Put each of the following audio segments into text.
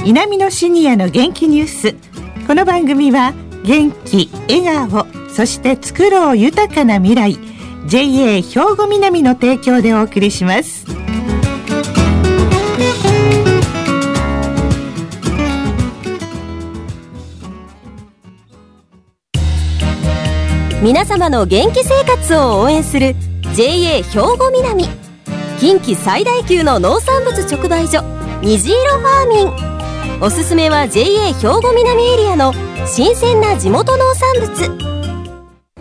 南のシニアの元気ニュース。この番組は元気、笑顔、そして作ろう豊かな未来 JA 兵庫南の提供でお送りします。 皆様の元気生活を応援する JA 兵庫南、近畿最大級の農産物直売所虹色ファーミン。おすすめは JA 兵庫南エリアの新鮮な地元農産物。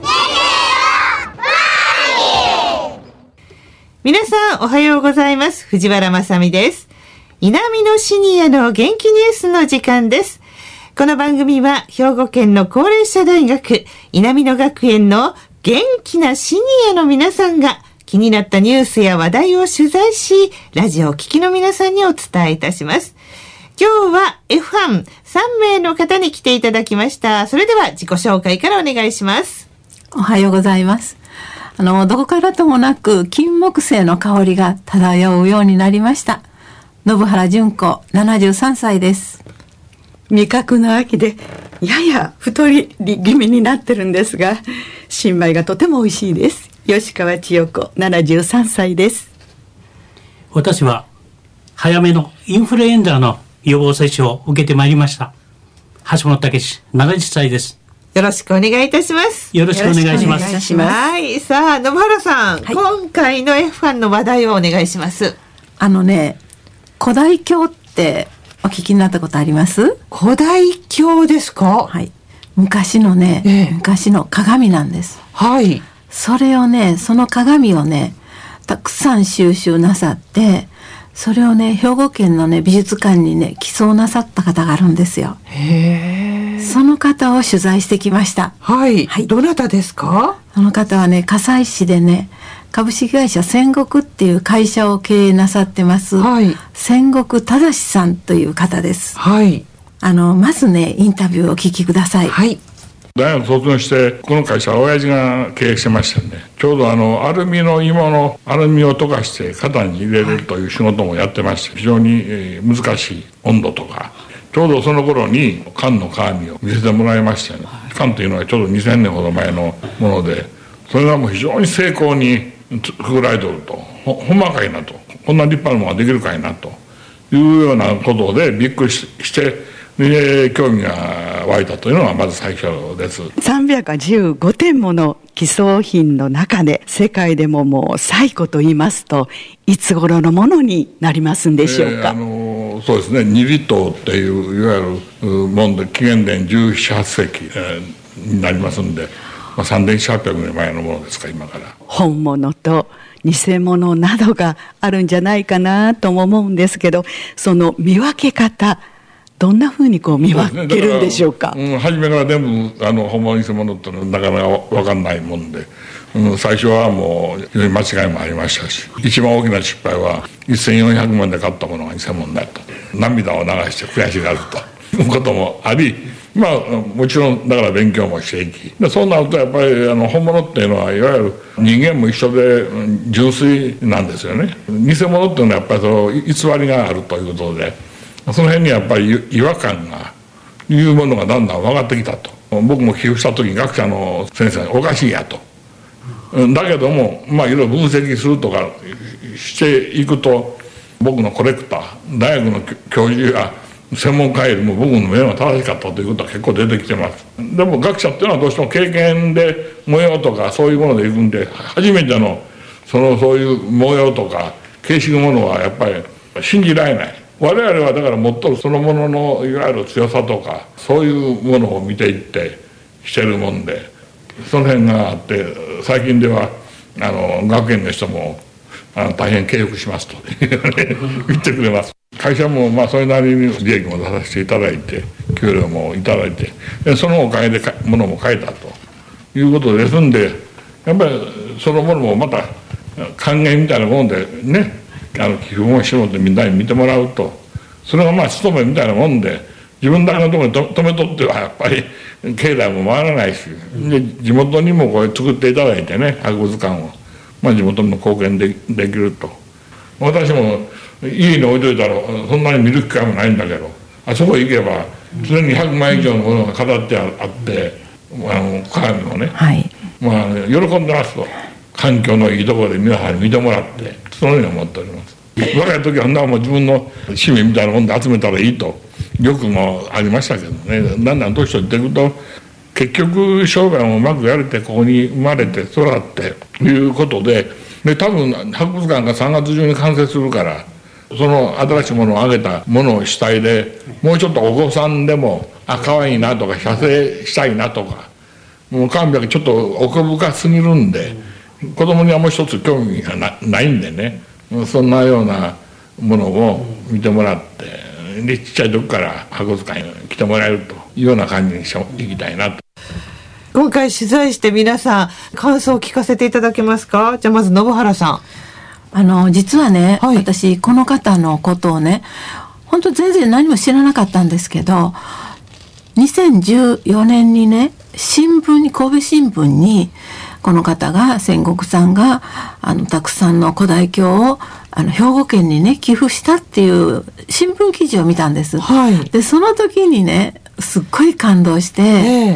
皆さんおはようございます。藤原まさみです。南のシニアの元気ニュースの時間です。この番組は兵庫県の高齢者大学南野学園の元気なシニアの皆さんが気になったニュースや話題を取材し、ラジオを聴きの皆さんにお伝えいたします。今日は F1 3名の方に来ていただきました。それでは自己紹介からお願いします。 おはようございます。どこからともなく金木犀の香りが漂うようになりました。信原純子、73歳です。 味覚の秋でやや太り気味になってるんですが、新米がとても美味しいです。吉川千代子、73歳です。 私は早めのインフルエンザの予防接種を受けてまいりました。橋本武史、70歳です。 よろしくお願いいたします。 よろしくお願いします。 はい。さあ、信原さん、はい、今回の F1 の話題をお願いします。 古代経ってお聞きになったことあります？ 古代経ですか？ はい。昔の昔の鏡なんです。 はい。 それをその鏡をたくさん収集なさって、それを兵庫県の美術館に寄贈なさった方があるんですよ。 へー。 その方を取材してきました。 はい。はい。どなたですか？ その方は加西市で株式会社戦国っていう会社を経営なさってます。はい。戦国忠さんという方です。 はい。 まずインタビューをお聞きください。 はい。 大学卒業してこの会社は親父が経営してましたんで、ちょうどアルミの芋のアルミを溶かして型に入れるという仕事もやってまして、非常に難しい温度とか、ちょうどその頃に缶の鏡を見せてもらいましたよね。缶というのはちょうど2000年ほど前のもので、それがもう非常に精巧に作られておると、ほんまかいなと、こんな立派なものができるかいなというようなことでびっくりしてで興味が湧いたというのがまず最初です。 315点もの寄贈品の中で世界でももう最古と言いますと、いつ頃のものになりますんでしょうか？ そうですね、2リットルっていういわゆるもので紀元前17、8世紀になりますんで、3700年前のものですか、今から。 本物と偽物などがあるんじゃないかなとも思うんですけど、その見分け方、どんなふうに見分けるんでしょうか？ 初めから全部本物偽物ってのはなかなか分かんないもんで、最初はもう非常に間違いもありましたし、一番大きな失敗は1400万で買ったものが偽物だと涙を流して悔しがるということもあり、もちろんだから勉強もしていき、でそうなるとやっぱり本物っていうのはいわゆる人間も一緒で純粋なんですよね。偽物っていうのはやっぱり偽りがあるということで、その辺にやっぱり違和感がいうものがだんだん分かってきたと。僕も寄付した時に学者の先生がおかしいやと。だけどもいろいろ分析するとかしていくと、僕のコレクター大学の教授や専門家よりも僕の目が正しかったということは結構出てきてます。でも学者っていうのはどうしても経験で模様とかそういうものでいくんで、初めてのそういう模様とか形式のものはやっぱり信じられない。我々はだからもっとそのもののいわゆる強さとかそういうものを見ていってしてるもんで、その辺があって、最近では学園の人も大変敬服しますと言ってくれます。会社もそれなりに利益も出させていただいて、給料もいただいて、そのおかげで物も買えたということですんで、やっぱりそのものもまた還元みたいなもので寄付もしろってみんなに見てもらうと、それが勤めみたいなもんで、自分だけのところに止めとってはやっぱり経済も回らないし、で地元にもこれ作っていただいて博物館を、地元にも貢献できると。私も家に置いといたらそんなに見る機会もないんだけど、 あそこ行けば常に100枚以上のものが飾ってあって鏡もね、 はい、 まあ、喜んでますと。環境のいいところで皆さんに見てもらってそのように思っております。若い時はもう自分の使命みたいなもんで集めたらいいとよくもありましたけどね、だんだん年取っていくと結局商売もうまくやれてここに生まれて育ってということで、多分博物館が3月中に完成するからその新しいものをあげたものを主体でもうちょっとお子さんでも可愛いなとか写生したいなとか、もう完璧ちょっと奥深すぎるんで子供にはもう一つ興味がないんでね、そんなようなものを見てもらってでちっちゃい時から博物館に来てもらえるというような感じにしていきたいなと。 今回取材して皆さん感想を聞かせていただけますか。じゃあまず信原さん。 実はね、 はい、 私この方のことをね本当全然何も知らなかったんですけど、2014年にね神戸新聞にこの方が仙石さんがたくさんの古代経を兵庫県にね寄付したっていう新聞記事を見たんです、 はい、 でその時にねすっごい感動して、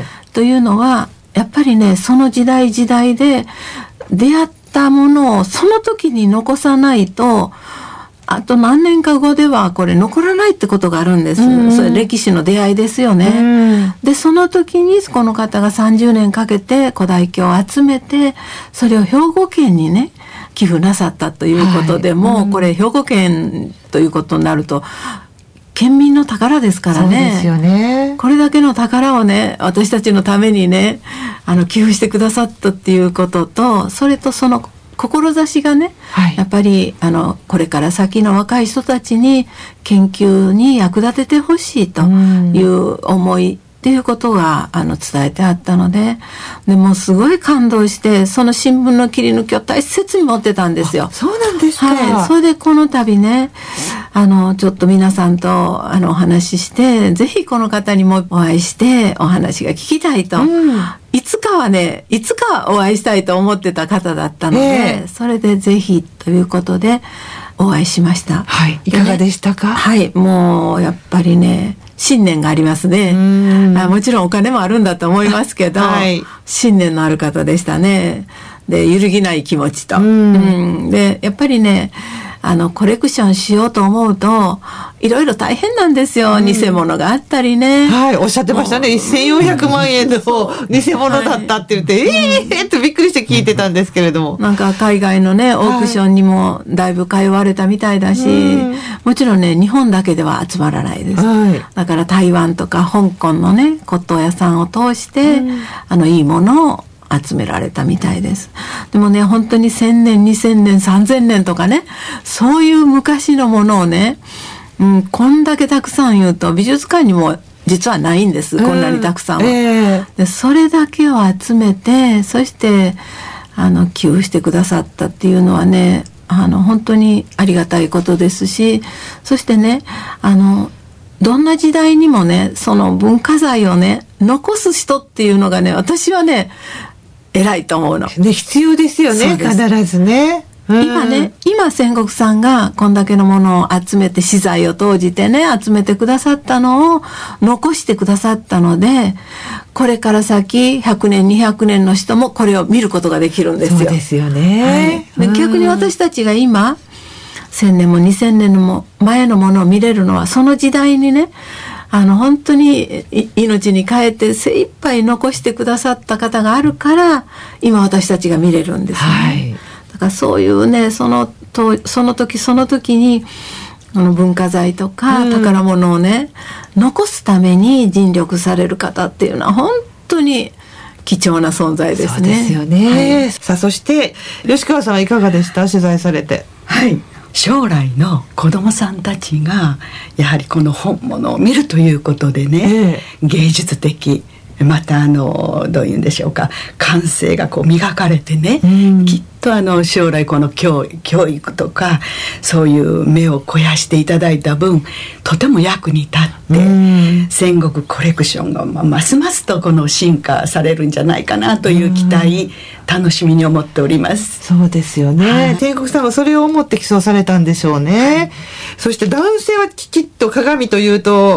というのはやっぱりねその時代時代で出会ったものをその時に残さないとあと何年か後ではこれ残らないってことがあるんです、それ歴史の出会いですよね、でその時にこの方が30年かけて古代経を集めてそれを兵庫県にね寄付なさったということで、もうこれ兵庫県ということになると県民の宝ですからね。 そうですよね。 これだけの宝をね私たちのためにね寄付してくださったっていうことと、それとその志がね、はい、やっぱりこれから先の若い人たちに研究に役立ててほしいという思いっていうことが伝えてあったので、でもすごい感動してその新聞の切り抜きを大切に持ってたんですよ。 そうなんですか。 はい、それでこの度ねちょっと皆さんとお話ししてぜひこの方にもお会いしてお話が聞きたいと、いつかお会いしたいと思ってた方だったので、それでぜひということでお会いしました。 はい、いかがでしたか。 はい、もうやっぱりね信念がありますね。もちろんお金もあるんだと思いますけど、はい、信念のある方でしたね。で揺るぎない気持ちと、でやっぱりねコレクションしようと思うといろいろ大変なんですよ、偽物があったりね。 はい、おっしゃってましたね。1400万円の偽物だったって言って、ってびっくりして聞いてたんですけれども、 なんか海外のねオークションにもだいぶ通われたみたいだし、もちろんね日本だけでは集まらないです、だから台湾とか香港のね骨董屋さんを通して、いいものを集められたみたいです。でもね本当に1000年2000年3000年とかねそういう昔のものをね、こんだけたくさん言うと美術館にも実はないんです、こんなにたくさんは、でそれだけを集めてそして寄付してくださったっていうのはね本当にありがたいことですし、そしてねどんな時代にもねその文化財をね残す人っていうのがね私はね偉いと思うの、 ね、必要ですよね。必ずね、 今仙石さんがこんだけのものを集めて資材を投じてね集めてくださったのを残してくださったので、これから先100年200年の人もこれを見ることができるんですよ。 そうですよね、 で逆に私たちが今1000年も2000年も前のものを見れるのはその時代にね本当に命に変えて精一杯残してくださった方があるから今私たちが見れるんですね、だからそういうねその時その時に文化財とか宝物をね、残すために尽力される方っていうのは本当に貴重な存在ですね。 そうですよね、さあそして吉川さんはいかがでした、取材されて。 はい、将来の子どもさんたちがやはりこの本物を見るということでね、芸術的またどういうんでしょうか感性がこう磨かれてね、きっと将来この教育とかそういう目を肥やしていただいた分とても役に立って戦国コレクションがますますとこの進化されるんじゃないかなという期待楽しみに思っております。 そうですよね、仙石さんはそれを思って寄贈されたんでしょうね、そして男性はきっと鏡というと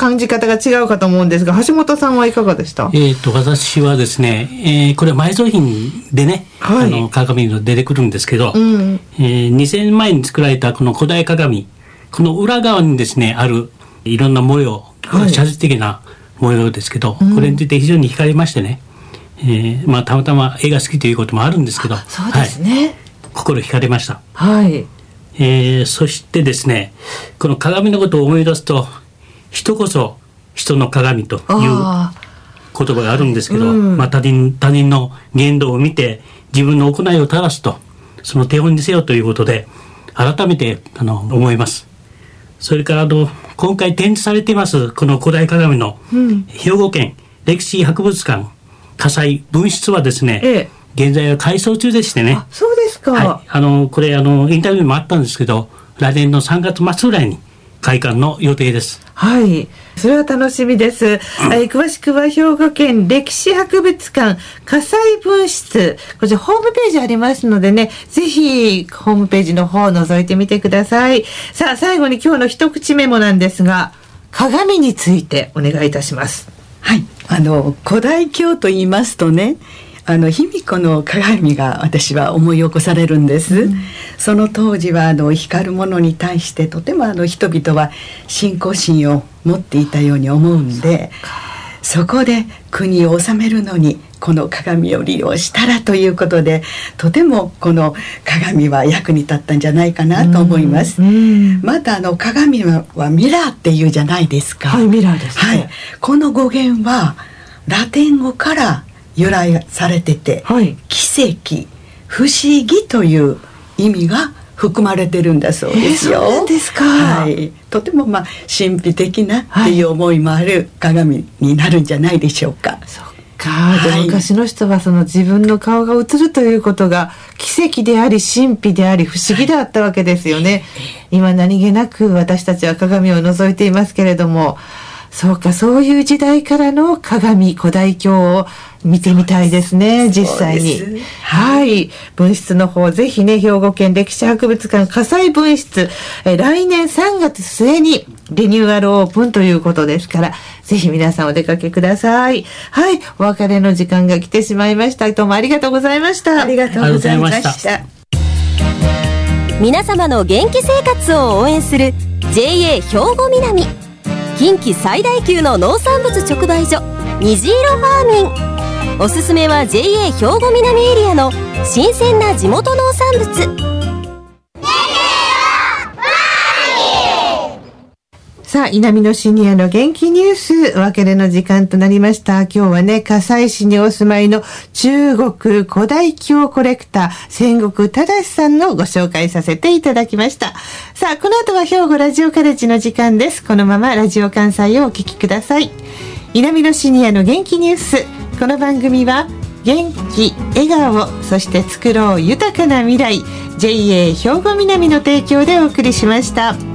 感じ方が違うかと思うんですが、橋本さんはいかがでした？ 私はですね、これは埋蔵品でね、はい、鏡が出てくるんですけど、2000年前に作られたこの古代鏡、この裏側にですねあるいろんな模様、写実的な模様ですけど、これについて非常に惹かれましてね、たまたま絵が好きということもあるんですけど、 そうですね、はい、 心惹かれました。 はい。 そしてですね、この鏡のことを思い出すと、人こそ人の鏡という言葉があるんですけど、他人の言動を見て自分の行いを正すと、その手本にせよということで改めて思います。それから今回展示されていますこの古代鏡の兵庫県歴史博物館火災分室はですね、現在は改装中でしてね。 そうですか。 はい、これインタビューもあったんですけど、来年の3月末ぐらいに開館の予定です。 はい、それは楽しみです。詳しくは兵庫県歴史博物館火災分室、こちらホームページありますのでね、ぜひホームページの方を覗いてみてください。さあ、最後に今日の一口メモなんですが、鏡についてお願いいたします。 はい、古代鏡と言いますとね、卑弥呼の鏡が私は思い起こされるんです、その当時は光るものに対してとても人々は信仰心を持っていたように思うんで、そこで国を治めるのにこの鏡を利用したらということで、とてもこの鏡は役に立ったんじゃないかなと思います。また鏡はミラーっていうじゃないですか。 はい、ミラーですね。 はい、この語源はラテン語から由来されてて、はい、奇跡、不思議という意味が含まれてるんだそうですよ。 そうなんですか。 はい、とても神秘的なっていう思いもある鏡になるんじゃないでしょうか。 そっか。で、昔の人はその自分の顔が映るということが奇跡であり神秘であり不思議であったわけですよね。今何気なく私たちは鏡を覗いていますけれども、そうか、そういう時代からの鏡、古代鏡を見てみたいですね、実際に。はい、分室の方ぜひね、兵庫県歴史博物館火災分室、来年3月末にリニューアルオープンということですから、ぜひ皆さんお出かけください。はい、お別れの時間が来てしまいました。どうもありがとうございました。 ありがとうございました。 皆様の元気生活を応援する JA 兵庫南、近畿最大級の農産物直売所虹色ファーミン。おすすめは JA 兵庫南エリアの新鮮な地元農産物。 さあ、稲美野シニアの元気ニュース、お別れの時間となりました。今日はね、加西市にお住まいの中国古代鏡コレクター千石忠さんのご紹介させていただきました。さあ、この後は兵庫ラジオカレッジの時間です。このままラジオ関西をお聞きください。稲美野シニアの元気ニュース、この番組は元気、笑顔、そして作ろう豊かな未来、JA 兵庫南の提供でお送りしました。